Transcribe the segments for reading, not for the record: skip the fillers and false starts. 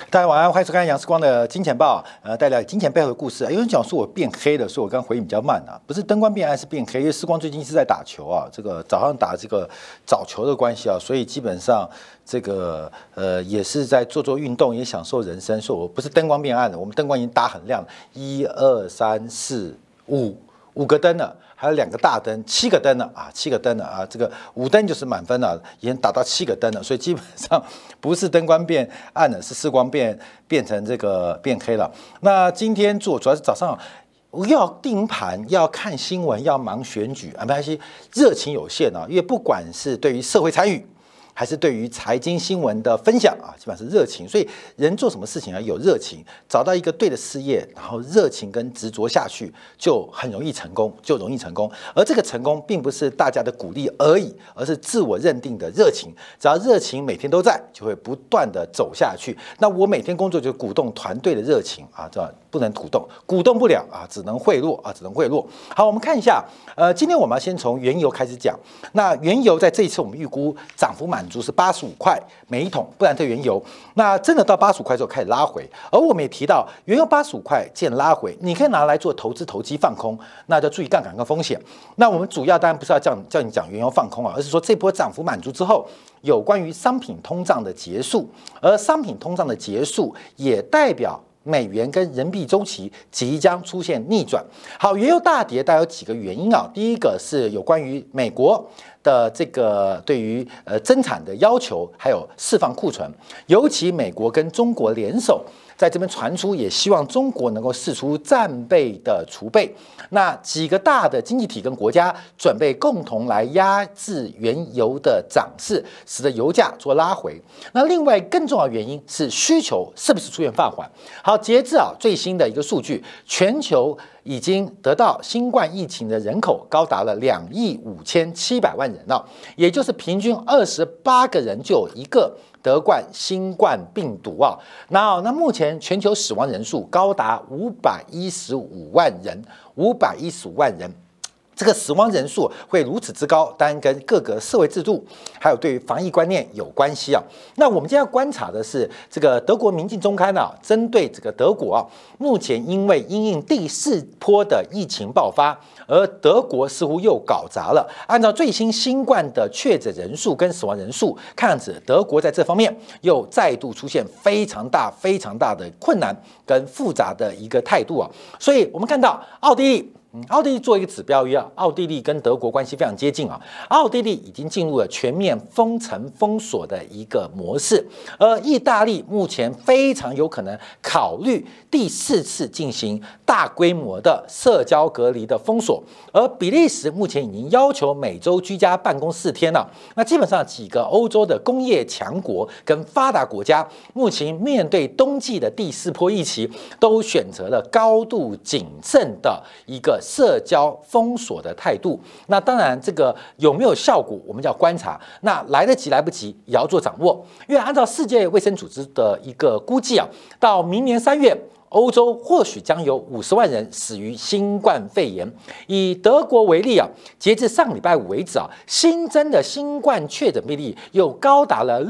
大家晚安，欢迎收看杨世光的金钱报。带来金钱背后的故事。有人讲说我变黑了，所以我刚回应比较慢啊，不是灯光变暗，是变黑。因为世光最近是在打球啊，这个早上打这个早球的关系啊，所以基本上这个也是在做运动，也享受人生。所以我不是灯光变暗了，我们灯光已经打很亮了，1、2、3、4、5个灯了。还有2个大灯，7个灯了啊，7个灯了啊，这个5灯就是满分了，已经达到7个灯了，所以基本上不是灯光变暗了，是视光变成这个变黑了。那今天主要是早上要盯盘，要看新闻，要忙选举啊，没关系，热情有限啊，因为不管是对于社会参与，还是对于财经新闻的分享啊，基本上是热情，所以人做什么事情啊有热情，找到一个对的事业，然后热情跟执着下去，就很容易成功，而这个成功并不是大家的鼓励而已，而是自我认定的热情。只要热情每天都在，就会不断的走下去。那我每天工作就鼓动团队的热情啊，这不能鼓动不了啊，只能贿赂。好，我们看一下，今天我们要先从原油开始讲。那原油在这一次我们预估涨幅满足是85块每一桶布兰特原油，那真的到85块之后开始拉回，而我们也提到原油85块见拉回，你可以拿来做投机放空，那就注意杠杆跟风险。那我们主要当然不是要叫你讲原油放空啊，而是说这波涨幅满足之后，有关于商品通胀的结束，而商品通胀的结束也代表美元跟人民币周期即将出现逆转。好，原油大跌，大概有几个原因啊。第一个是有关于美国的这个对于增产的要求，还有释放库存，尤其美国跟中国联手在这边传出，也希望中国能够释出战备的储备。那几个大的经济体跟国家准备共同来压制原油的涨势，使得油价做拉回。那另外更重要的原因是需求是不是出现放缓？好，截至最新的一个数据，全球已经得到新冠疫情的人口高达了2亿5700万人了，也就是平均28个人就有一个得冠新冠病毒啊。那目前全球死亡人数高达515万人。这个死亡人数会如此之高，当然跟各个社会制度还有对于防疫观念有关系啊。那我们今天要观察的是这个德国《明镜周刊》啊，针对这个德国目前因为因应第4波的疫情爆发，而德国似乎又搞砸了。按照最新新冠的确诊人数跟死亡人数，看样子德国在这方面又再度出现非常大的困难跟复杂的一个态度啊。所以我们看到奥地利做一个指标，奥地利跟德国关系非常接近啊。奥地利已经进入了全面封城封锁的一个模式，而意大利目前非常有可能考虑第4次进行大规模的社交隔离的封锁，而比利时目前已经要求每周居家办公4天了。那基本上几个欧洲的工业强国跟发达国家，目前面对冬季的第4波疫情，都选择了高度谨慎的一个社交封锁的态度。那当然这个有没有效果我们就要观察，那来得及来不及也要做掌握。因为按照世界卫生组织的一个估计啊，到明年3月欧洲或许将有50万人死于新冠肺炎。以德国为例啊，截至上礼拜五为止啊，新增的新冠确诊病例又高达了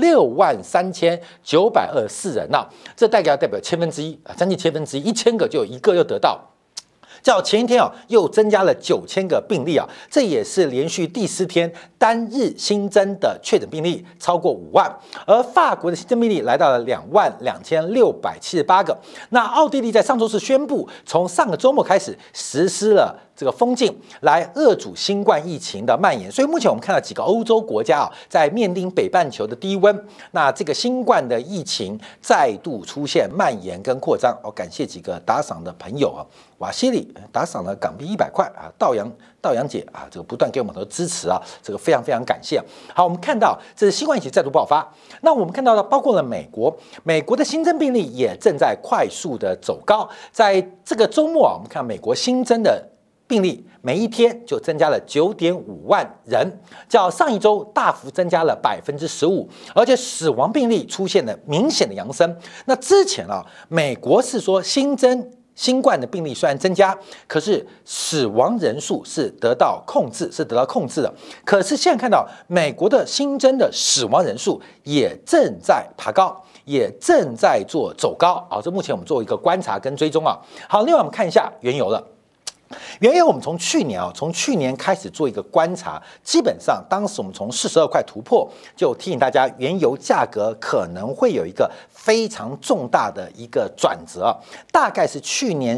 63924人啊，这代表1/1000啊，将近1/1000，1000个就有1个又得到。较前一天又增加了9000个病例啊，这也是连续第4天单日新增的确诊病例超过5万，而法国的新增病例来到了22678个。那奥地利在上周四宣布，从上个周末开始实施了这个封禁，来遏阻新冠疫情的蔓延。所以目前我们看到几个欧洲国家在面临北半球的低温，那这个新冠的疫情再度出现蔓延跟扩张。感谢几个打赏的朋友瓦西里打赏了港币100块啊，道阳姐啊，这个不断给我们的支持啊，这个非常感谢。好，我们看到这是新冠疫情再度爆发，那我们看到的包括了美国的新增病例也正在快速的走高，在这个周末我们看美国新增的病例每一天就增加了9.5万人，较上一周大幅增加了15%，而且死亡病例出现了明显的扬升。那之前美国是说新增新冠的病例虽然增加，可是死亡人数是得到控制的。可是现在看到美国的新增的死亡人数也正在爬高， 也正在做走高啊，这目前我们做一个观察跟追踪啊。好，另外我们看一下原油了。原油我们从去年开始做一个观察，基本上当时我们从42块突破，就提醒大家原油价格可能会有一个非常重大的一个转折，大概是去年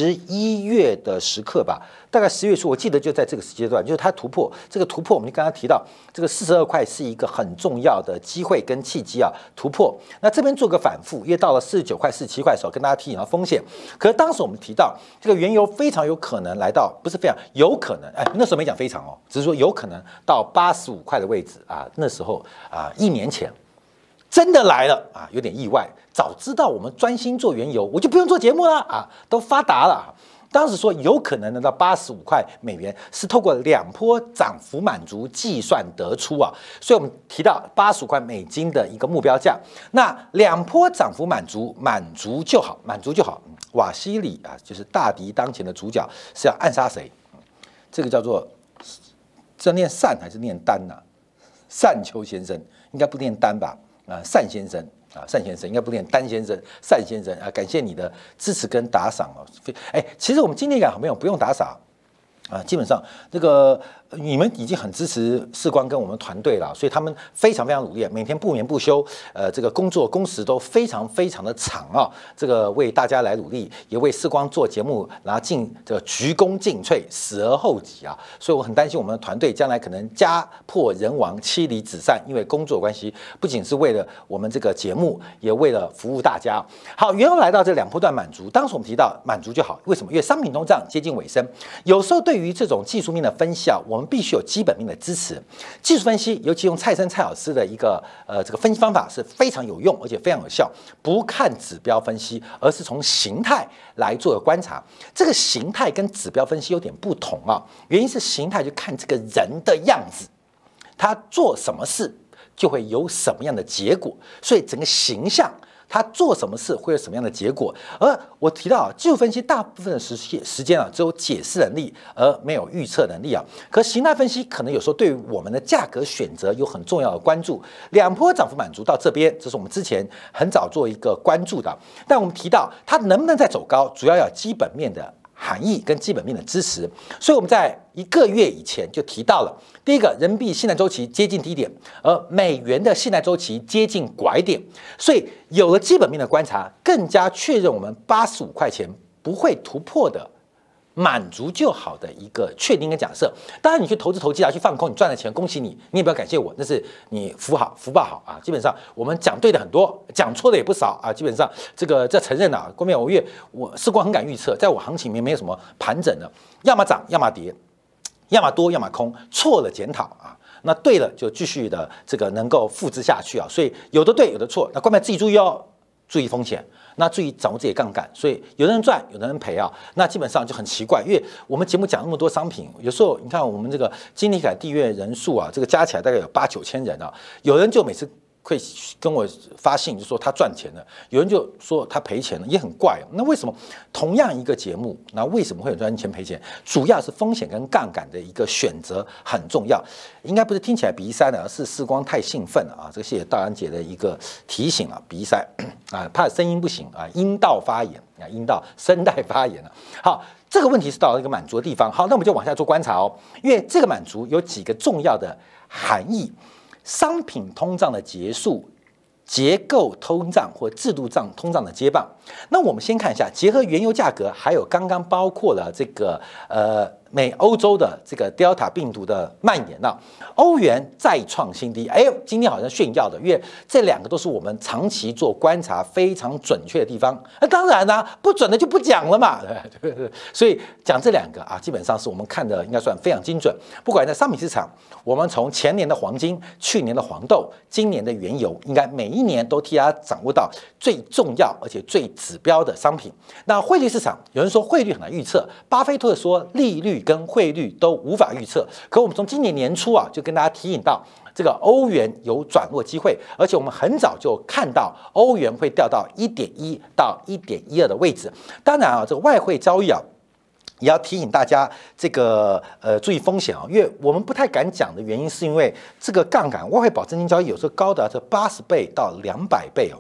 11月的时刻吧。大概10月初，我记得就在这个时间段，就是它突破这个突破，我们就刚刚提到，这个42块是一个很重要的机会跟契机啊，突破。那这边做个反复，因为到了49块、47块的时候，跟大家提醒到风险。可是当时我们提到这个原油非常有可能来到，不是非常有可能，那时候没讲非常哦，只是说有可能到85块的位置啊。那时候啊，1年前真的来了啊，有点意外。早知道我们专心做原油，我就不用做节目了啊，都发达了。当时说有可能能到85块美元，是透过2波涨幅满足计算得出啊，所以我们提到85块美金的一个目标价。那2波涨幅满足就好，满足就好。瓦西里啊，就是大敌当前的主角是要暗杀谁？这个叫做这念善还是念丹呐？善丘先生应该不念丹吧？单先生啊，单先生应该不念丹先生，单先生啊，感谢你的支持跟打赏哦。其实我们今天讲好朋友不用打赏啊，基本上这个你们已经很支持世光跟我们团队了，所以他们非常非常努力，每天不眠不休，这个工时都非常非常的长啊，这个为大家来努力，也为世光做节目，然后这个鞠躬尽瘁，死而后己啊，所以我很担心我们的团队将来可能家破人亡、妻离子散，因为工作关系，不仅是为了我们这个节目，也为了服务大家。好，原油来到这2波段满足，当时我们提到满足就好，为什么？因为商品通胀接近尾声，有时候对于这种技术面的分析啊，我们必须有基本面的支持。技术分析，尤其用蔡老师的一个这个分析方法是非常有用，而且非常有效。不看指标分析，而是从形态来做个观察。这个形态跟指标分析有点不同啊，原因是形态就看这个人的样子，他做什么事就会有什么样的结果，所以整个形象。他做什么事会有什么样的结果？而我提到技术分析大部分的时间啊，只有解释能力，而没有预测能力啊。可形态分析可能有时候对于我们的价格选择有很重要的关注。2波涨幅满足到这边，这是我们之前很早做一个关注的。但我们提到它能不能再走高，主要要基本面的含义跟基本面的支持，所以我们在1个月以前就提到了，第一个，人民币信贷周期接近低点，而美元的信贷周期接近拐点，所以有了基本面的观察，更加确认我们85块钱不会突破的。满足就好的一个确定跟假设，当然你去投机啊，去放空，你赚了钱，恭喜你，你也不要感谢我，那是你福报好啊。基本上我们讲对的很多，讲错的也不少啊。基本上这承认啊，郭淼，我世光很敢预测，在我行情里面没有什么盘整的，要么涨，要么跌，要么多，要么空，错了检讨啊。那对了就继续的这个能够复制下去啊。所以有的对，有的错，那郭淼自己注意哦，注意风险。那注意掌握自己的杠杆，所以有的人赚，有的人赔啊。那基本上就很奇怪，因为我们节目讲那么多商品，有时候你看我们这个经理改订阅人数啊，这个加起来大概有8、9千人啊。有人就每次会跟我发信，就说他赚钱了，有人就说他赔钱了，也很怪。那为什么同样一个节目，那为什么会有赚钱赔钱？主要是风险跟杠杆的一个选择很重要。应该不是听起来鼻塞的，而是世光太兴奋了啊！这个谢谢大安姐的一个提醒啊，鼻塞啊，怕声音不行啊，阴道发炎啊，声带发炎了。好，这个问题是到了一个满足的地方。好，那我们就往下做观察哦，因为这个满足有几个重要的含义。商品通胀的结束，结构通胀或制度通胀的接棒。那我们先看一下，结合原油价格，还有刚刚包括了这个欧洲的这个 Delta 病毒的蔓延啊，欧元再创新低。今天好像炫耀的，因为这2个都是我们长期做观察非常准确的地方。那当然啦，不准的就不讲了嘛。所以讲这2个啊，基本上是我们看的应该算非常精准。不管在商品市场，我们从前年的黄金、去年的黄豆、今年的原油，应该每一年都替它掌握到最重要而且最指标的商品。那汇率市场，有人说汇率很难预测，巴菲特说利率跟汇率都无法预测。可我们从今年年初啊，就跟大家提醒到，这个欧元有转弱机会，而且我们很早就看到欧元会掉到1.1到1.12的位置。当然啊，这个外汇交易啊，也要提醒大家这个注意风险啊，因为我们不太敢讲的原因，是因为这个杠杆外汇保证金交易有时候高达这80倍到200倍哦。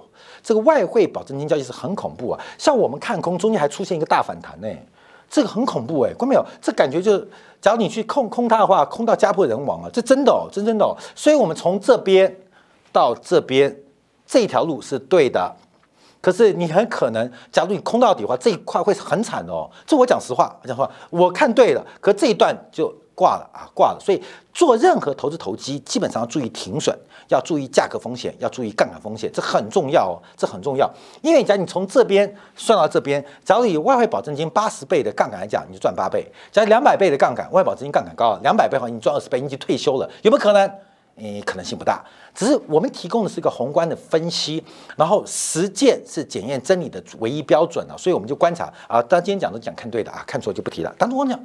这个外汇保证金交易是很恐怖啊。像我们看空中间还出现一个大反弹呢，这个很恐怖哎，看到没有？这感觉就是，假如你去空它的话，空到家破人亡啊，这真的哦，真的哦。所以我们从这边到这边这条路是对的。可是你很可能，假如你空到底的话，这一块会很惨的哦。这我讲实话，我看对了，可这一段就挂了啊，挂了。所以做任何投资投机，基本上要注意停损，要注意价格风险，要注意杠杆风险，这很重要哦，这很重要。因为假如你从这边算到这边，假如以外汇保证金80倍的杠杆来讲，你就赚8倍；假如200倍的杠杆，外汇保证金杠杆高，200倍的话，你赚20倍，你已经退休了，有没有可能？可能性不大，只是我们提供的是一个宏观的分析，然后实践是检验真理的唯一标准啊，所以我们就观察啊。当然今天讲都讲看对的啊，看错就不提了。当中忘掉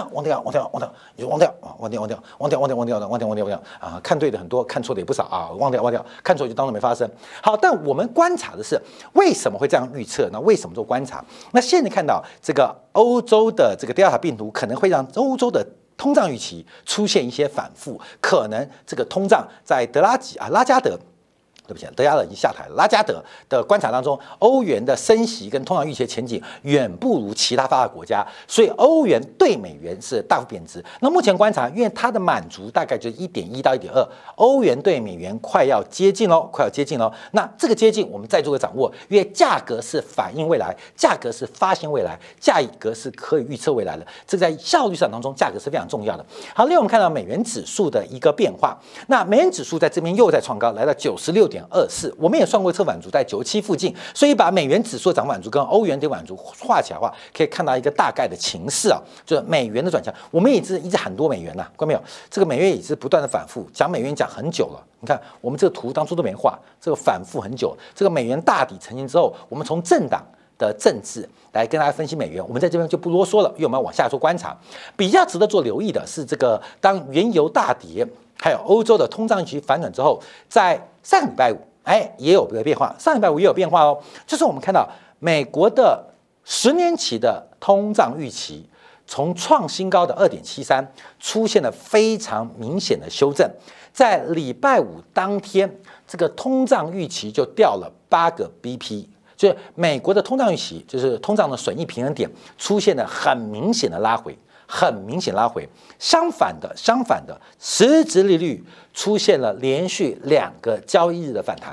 啊，看对的很多，看错的也不少啊，忘掉，看错就当做没发生。好，但我们观察的是为什么会这样预测？那为什么做观察？那现在看到这个欧洲的这个德尔塔病毒可能会让欧洲的通胀预期出现一些反复，可能这个通胀在拉加德。对不起，德加勒已经下台了。拉加德的观察当中，欧元的升息跟通胀预期的前景远不如其他发达国家，所以欧元对美元是大幅贬值。那目前观察，因为它的满足大概就是1.1到1.2，欧元对美元快要接近喽。那这个接近我们再做个掌握，因为价格是反映未来，价格是发现未来，价格是可以预测未来的。这个在效率市场当中，价格是非常重要的。好，另外我们看到美元指数的一个变化，那美元指数在这边又在创高，来到96.24，我们也算过测反足在97附近，所以把美元指数涨反足跟欧元跌反足画起来的话，可以看到一个大概的情势啊，就是美元的转强。我们也一直喊多美元呐，看到没有？这个美元也是不断的反复讲美元讲很久了。你看我们这个图当初都没画，这个反复很久。这个美元大底成型之后，我们从政党的政治来跟大家分析美元，我们在这边就不啰嗦了，因为我们要往下做观察。比较值得做留意的是，这个当原油大跌，还有欧洲的通胀预期反转之后，在上个礼拜五，也有个变化。上礼拜五也有变化哦，就是我们看到美国的10年期的通胀预期从创新高的2.73出现了非常明显的修正，在礼拜五当天，这个通胀预期就掉了8个 BP。就是美国的通胀预期，就是通胀的损益平衡点出现了很明显的拉回，相反的，实质利率出现了连续2个交易日的反弹，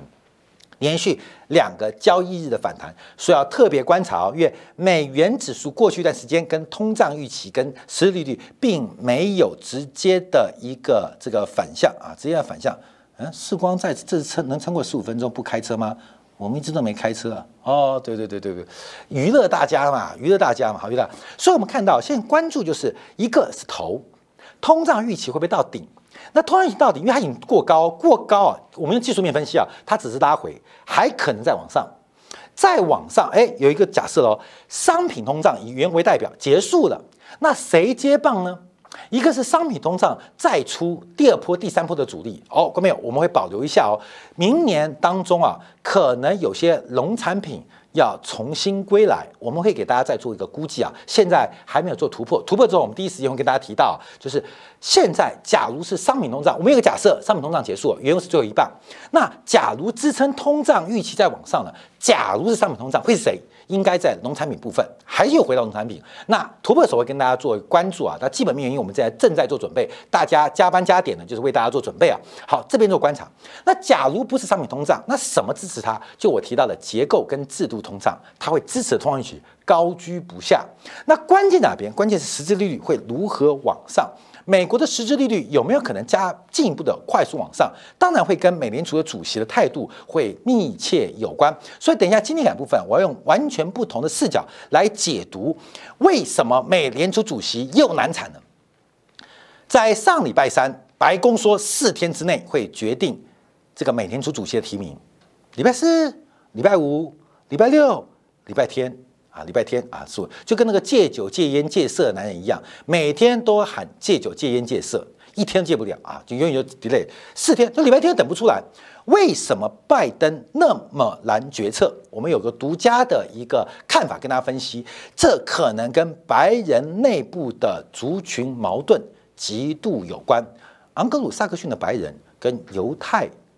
所以要特别观察哦，因为美元指数过去一段时间跟通胀预期跟实质利率并没有直接的一个这个反向啊，直接的反向。世光在这能撑过15分钟不开车吗？我们一直都没开车啊！哦，对，娱乐大家嘛，好娱乐。所以我们看到现在关注就是一个是通胀预期会不会到顶？那通胀预期到顶，因为它已经过高啊。我们用技术面分析啊，它只是拉回，还可能再往上。有一个假设哦，商品通胀以原为代表结束了，那谁接棒呢？一个是商品通胀再出第2波、第3波的阻力哦，各位我们会保留一下哦。明年当中啊，可能有些农产品要重新归来，我们会给大家再做一个估计啊。现在还没有做突破之后，我们第一时间会跟大家提到，就是现在假如是商品通胀，我们有个假设，商品通胀结束了，原油是最后一棒。那假如支撑通胀预期在往上了，假如是商品通胀，会是谁？应该在农产品部分，还是又回到农产品。那突破手会跟大家做关注啊。那基本面原因我们正在做准备，大家加班加点呢，就是为大家做准备啊。好，这边做观察。那假如不是商品通胀，那什么支持它？就我提到的结构跟制度通胀，它会支持通胀预期高居不下。那关键哪边？关键是实质利率会如何往上。美国的实质利率有没有可能进一步的快速往上？当然会跟美联储的主席的态度会密切有关。所以等一下经济感部分，我要用完全不同的视角来解读为什么美联储主席又难产了。在上礼拜3，白宫说4天之内会决定这个美联储主席的提名。礼拜4、礼拜5、礼拜6、礼拜天啊，是就跟那个戒酒、戒烟、戒色的男人一样，每天都喊戒酒、戒烟、戒色，一天戒不了啊，就永远就 delay 4天，就礼拜天等不出来。为什么拜登那么难决策？我们有个独家的一个看法跟大家分析，这可能跟白人内部的族群矛盾极度有关。昂格鲁萨克逊的白人跟犹太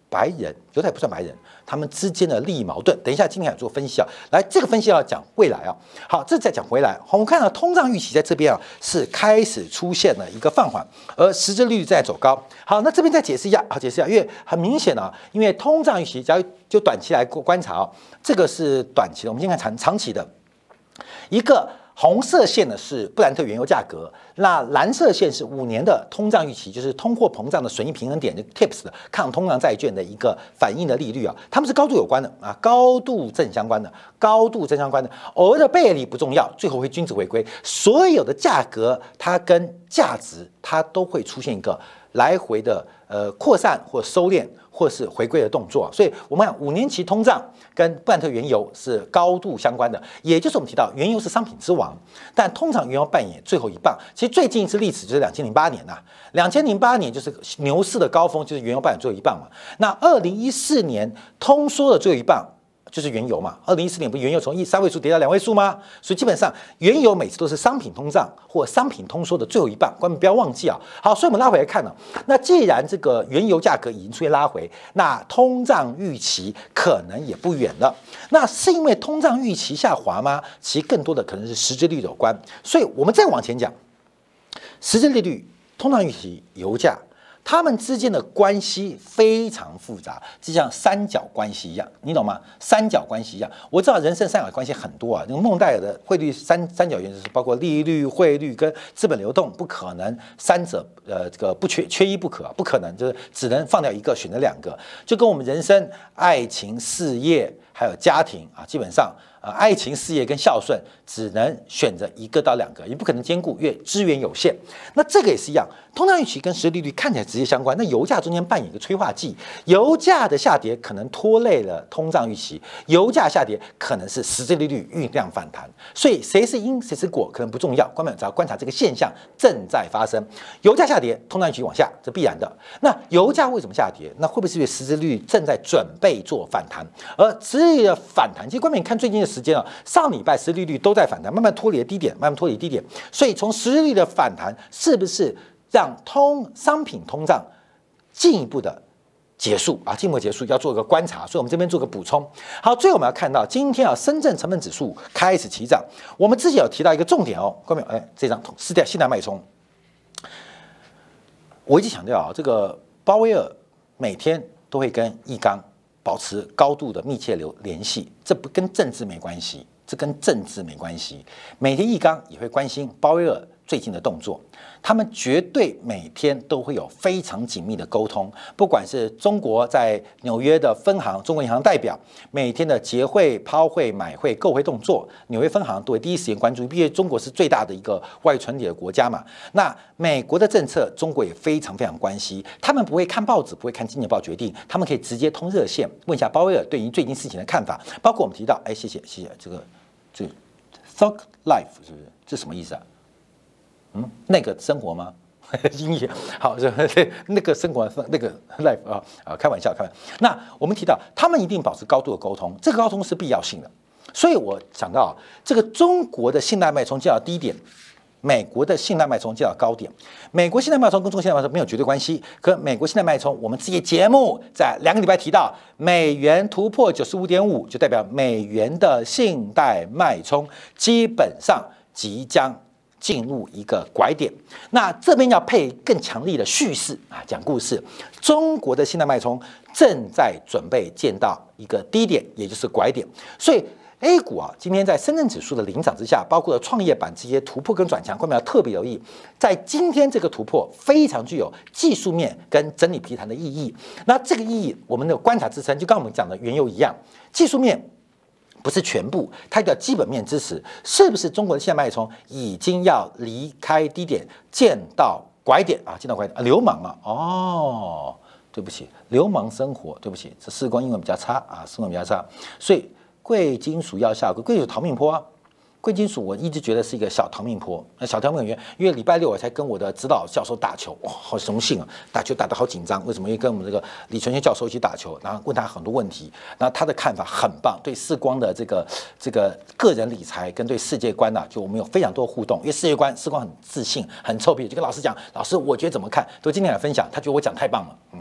白人，犹太不算白人，他们之间的利益矛盾。等一下，今天要做分析啊，来，这个分析要讲未来啊。好，这再讲回来，好，我们看到通胀预期在这边啊是开始出现了一个放缓，而实质利率在走高。好，那这边再解释一下，好，解释一下，因为很明显啊，因为通胀预期，假如就短期来观察啊，这个是短期的，我们先看长期的一个。红色线呢是布兰特原油价格，那蓝色线是5年的通胀预期，就是通货膨胀的损益平衡点，就 TIPS 的抗通胀债券的一个反映的利率啊，它们是高度有关的啊，高度正相关的，高度正相关的，偶尔的背离不重要，最后会均值回归，所有的价格它跟价值它都会出现一个来回的扩散或收敛。或是回归的动作，所以我们讲5年期通胀跟布兰特原油是高度相关的，也就是我们提到原油是商品之王，但通常原油扮演最后一棒。其实最近一次例子就是2008年呐，2008年就是牛市的高峰，就是原油扮演最后一棒嘛。那2014年通缩的最后一棒。就是原油嘛，2014年不是原油从3位数跌到2位数吗？所以基本上原油每次都是商品通胀或商品通缩的最后一棒，观众不要忘记啊。好，所以我们拉回来看呢，那既然这个原油价格已经出现拉回，那通胀预期可能也不远了。那是因为通胀预期下滑吗？其实更多的可能是实质利率有关。所以我们再往前讲，实质利率、通胀预期、油价。他们之间的关系非常复杂，就像三角关系一样，你懂吗？三角关系一样，我知道人生三角关系很多啊。那个孟代尔的汇率三角原则是包括利率、汇率跟资本流动，不可能三者这个不缺一不可，不可能就是只能放掉一个，选择2个，就跟我们人生爱情、事业还有家庭啊，基本上。爱情、事业跟孝顺只能选择1个到2个，也不可能兼顾，因为资源有限。那这个也是一样，通胀预期跟实质利率看起来直接相关，那油价中间扮演一个催化剂，油价的下跌可能拖累了通胀预期，油价下跌可能是实质利率酝酿反弹。所以谁是因谁是果可能不重要，观众只要观察这个现象正在发生，油价下跌，通胀预期往下，这必然的。那油价为什么下跌？那会不会是因为实质利率正在准备做反弹？而实质利率的反弹，其实观众你看最近的时间啊，上礼拜实质利率都在反弹，慢慢脱离低点，慢慢脱离低点。所以从实质利率的反弹，是不是让商品通胀进一步的结束啊？进一步结束要做一个观察，所以我们这边做个补充。好，最后我们要看到今天啊，深圳成本指数开始起涨。我们之前有提到一个重点哦，观众这张是在信贷脉冲。我一直强调啊，这个鲍威尔每天都会跟易纲保持高度的密切联系，这不跟政治没关系，这跟政治没关系。每天易纲也会关心鲍威尔最近的动作，他们绝对每天都会有非常紧密的沟通，不管是中国在纽约的分行、中国银行代表每天的结汇、抛汇、买汇、购汇动作，纽约分行都会第一时间关注，毕竟中国是最大的一个外存底的国家嘛。那美国的政策，中国也非常关心，他们不会看报纸，不会看《经济报》决定，他们可以直接通热线问一下鲍威尔对于最近事情的看法，包括我们提到，谢谢这个 Thug Life 是不是？这什么意思啊？那个生活吗？英语好，那个生活那个 life 开玩笑。那我们提到，他们一定保持高度的沟通，这个沟通是必要性的。所以我想到这个中国的信贷脉冲见到低点，美国的信贷脉冲见到高点。美国信贷脉冲跟中国信贷脉冲没有绝对关系，可美国信贷脉冲，我们这些节目在2个礼拜提到，美元突破95.5，就代表美元的信贷脉冲基本上即将进入一个拐点，那这边要配更强力的叙事啊，讲故事。中国的信贷脉冲正在准备见到一个低点，也就是拐点。所以 A 股啊，今天在深圳指数的领涨之下，包括了创业板这些突破跟转强，观众要特别留意，在今天这个突破非常具有技术面跟整理皮谈的意义。那这个意义，我们的观察支撑就跟我们讲的原油一样，技术面。不是全部，它叫基本面支持，是不是中国的信贷脉冲已经要离开低点，见到拐点啊？见到拐点啊？流氓啊？哦，对不起，流氓生活，对不起，这世光英文比较差啊，世光比较差，所以贵金属要下跪，贵金属逃命坡啊。贵金属我一直觉得是一个小逃命坡，小逃命坡，因为礼拜6我才跟我的指导教授打球，哇，好荣幸啊！打球打得好紧张，为什么？因为跟我们这个李纯轩教授一起打球，然后问他很多问题，然后他的看法很棒，对世光的这个个人理财跟对世界观呢，就我们有非常多互动，因为世界观世光很自信，很臭屁，就跟老师讲，老师我觉得怎么看，都今天来分享，他觉得我讲太棒了，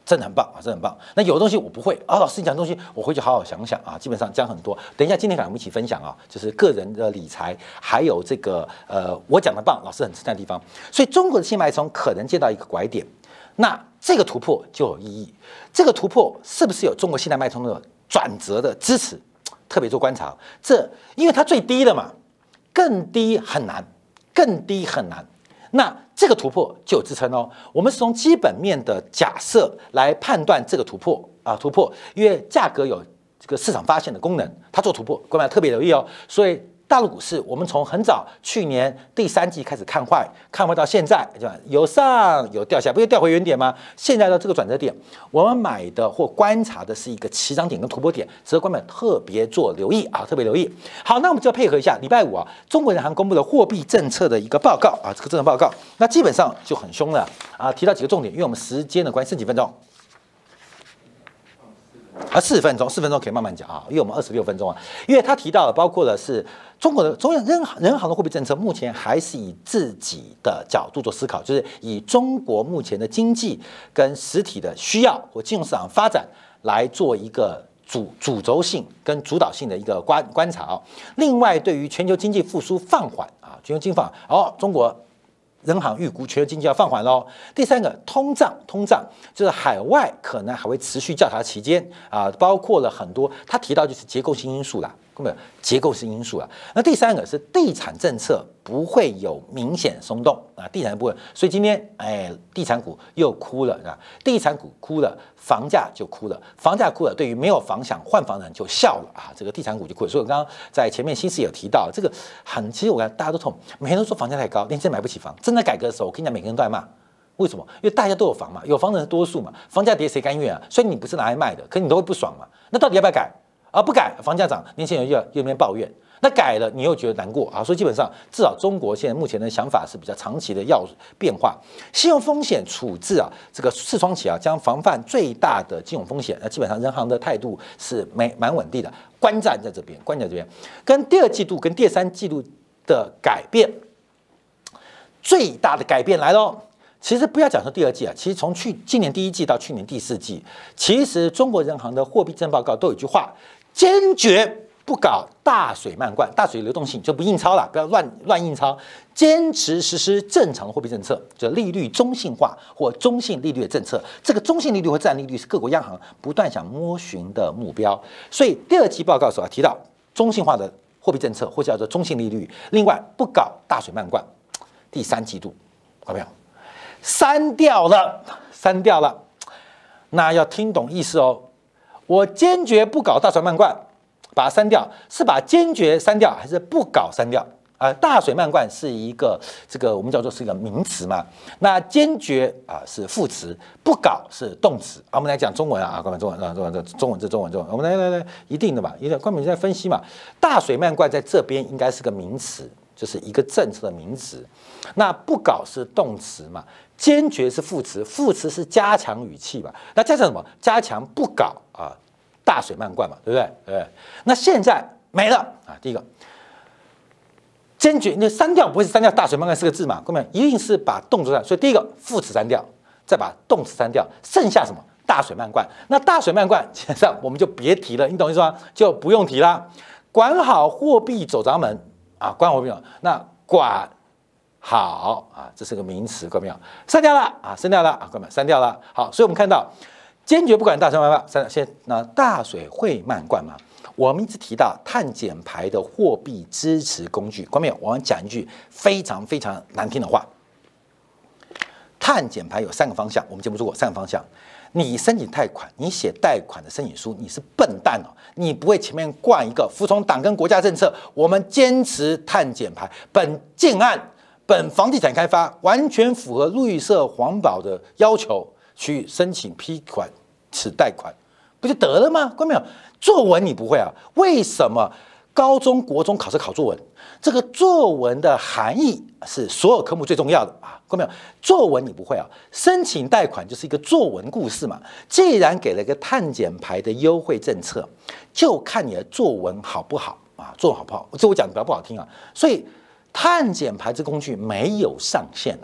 真的很棒啊，真的很棒。那有的东西我不会啊，老师你讲的东西我回去好好想想啊。基本上讲很多，等一下今天跟我们一起分享啊，就是个人的理财，还有这个我讲的棒，老师很称赞的地方。所以中国的新脉冲可能见到一个拐点，那这个突破就有意义。这个突破是不是有中国现代脉冲的转折的支持？特别做观察，这因为它最低了嘛，更低很难，更低很难。那这个突破就有支撑哦。我们是从基本面的假设来判断这个突破啊，突破，因为价格有这个市场发现的功能，它做突破，各位特别留意哦。所以大陆股市，我们从很早去年第3季开始看坏，看坏到现在，有上有掉下，不是掉回原点吗？现在的这个转折点，我们买的或观察的是一个起涨点跟突破点，值得观众特别做留意啊，特别留意。好，那我们就要配合一下礼拜五啊，中国人行公布的货币政策的一个报告啊，这个政策报告，那基本上就很凶了啊，提到几个重点，因为我们时间的关系，剩几分钟。4分钟可以慢慢讲啊，因为我们26分钟啊，因为他提到了包括的是中国的人行的货币政策，目前还是以自己的角度做思考，就是以中国目前的经济跟实体的需要或金融市场发展来做一个主轴性跟主导性的一个观察啊。另外，对于全球经济复苏放缓啊，全球经济放缓，中国人行预估全球经济要放缓喽。第3个，通胀就是海外可能还会持续调查期间啊，包括了很多，他提到就是结构性因素啦，根本结构性因素啦。那第3个是地产政策不会有明显松动啊，地产部分，所以今天地产股又哭了啊，地产股哭了，房价就哭了，房价哭了，对于没有房想换房的人就笑了啊，这个地产股就哭了。所以我刚刚在前面新视有提到，这个其实我看大家都痛，每天都说房价太高，连真买不起房。真的改革的时候，我跟你讲，每个人都在骂。为什么？因为大家都有房嘛，有房的人是多数嘛，房价跌谁甘愿啊？所以你不是拿来卖的，可你都会不爽嘛。那到底要不要改啊？不改，房价涨，年轻人又那边抱怨。那改了，你又觉得难过啊，所以基本上至少中国现在目前的想法是比较长期的要变化。信用风险处置啊，这个视窗期啊，将防范最大的金融风险。基本上人行的态度是蛮稳定的，观战在这边，跟第2季度跟第3季度的改变，最大的改变来喽。其实不要讲说第2季啊，其实从今年第1季到去年第4季，其实中国人行的货币政策报告都有一句话：坚决不搞大水漫灌，大水流动性就不印钞了，不要乱印钞，坚持实施正常的货币政策，就利率中性化或中性利率的政策。这个中性利率或自然利率是各国央行不断想摸寻的目标。所以第2季报告所提到中性化的货币政策，或叫做中性利率。另外，不搞大水漫灌。第3季度，有没有？删掉了，那要听懂意思哦。我坚决不搞大水漫灌，把它删掉，是把坚决删掉还是不搞删掉？大水漫灌是一个这个我们叫做是一个名词嘛，那坚决是副词，不搞是动词。我们来讲中文啊，各位中文，我们来一定的嘛，一定关键在分析嘛。大水漫灌在这边应该是个名词，就是一个政策的名词。那不搞是动词嘛，坚决是副词，副词是加强语气嘛。那加强什么？加强不搞大水漫灌嘛，对不对？那现在没了第一个坚决，你删掉不会是删掉大水漫灌4个字嘛？各位一定是把动词删，所以第一个副词删掉，再把动词删掉，剩下什么？大水漫灌。那大水漫灌基本上我们就别提了，你懂意思吗？就不用提啦。管好货币走闸门管好货币，那管好这是个名词，各位没有？删掉了各位删掉了。好，所以我们看到坚决不管大水漫灌，那大水会漫灌吗？我们一直提到碳减排的货币支持工具，各位没有？我们讲一句非常非常难听的话，碳减排有3个方向，我们节目说过3个方向。你申请贷款，你写贷款的申请书，你是笨蛋哦，你不会前面冠一个服从党跟国家政策，我们坚持碳减排，本建案、本房地产开发完全符合绿色环保的要求，去申请批款此贷款，不就得了吗？关没有？作文你不会啊？为什么高中国中考试考作文？这个作文的含义是所有科目最重要的看到没有？作文你不会申请贷款就是一个作文故事嘛。既然给了一个碳减排的优惠政策，就看你的作文好不好作文好不好？这我讲的比较不好听所以碳减排这工具没有上限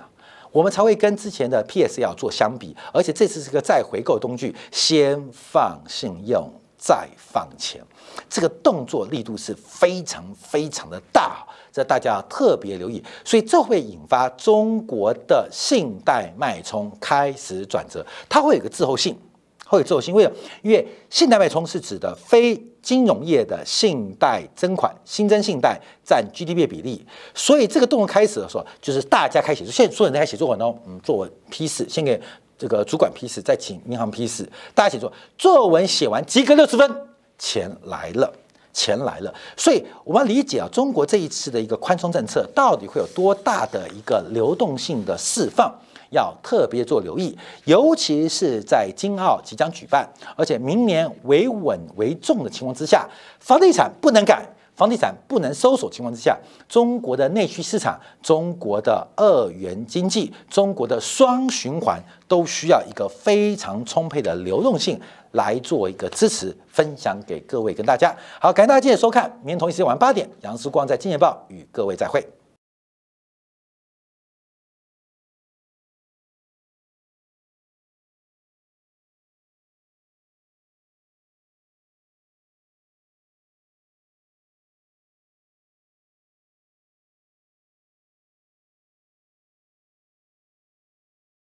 我们才会跟之前的 PSL 做相比，而且这次是个再回购工具，先放信用再放钱，这个动作力度是非常非常的大，这大家要特别留意。所以这会引发中国的信贷脉冲开始转折，它会有个滞后性。会有滞后性，为什么？因为信贷脉冲是指的非金融业的信贷增款、新增信贷占 GDP 的比例，所以这个动作开始的时候，就是大家开始写作，现在所有人在写作文哦，作文批示，先给这个主管批示，再请银行批示，大家写作文写完及格60分，钱来了。钱来了，所以我们要理解啊，中国这一次的一个宽松政策到底会有多大的一个流动性的释放，要特别做留意，尤其是在金澳即将举办，而且明年为稳为重的情况之下，房地产不能改。房地产不能收手情况之下，中国的内需市场、中国的2元经济、中国的双循环都需要一个非常充沛的流动性来做一个支持，分享给各位跟大家。好，感谢大家今天的收看，明天同一时间晚上8点，杨世光在《金钱报》与各位再会。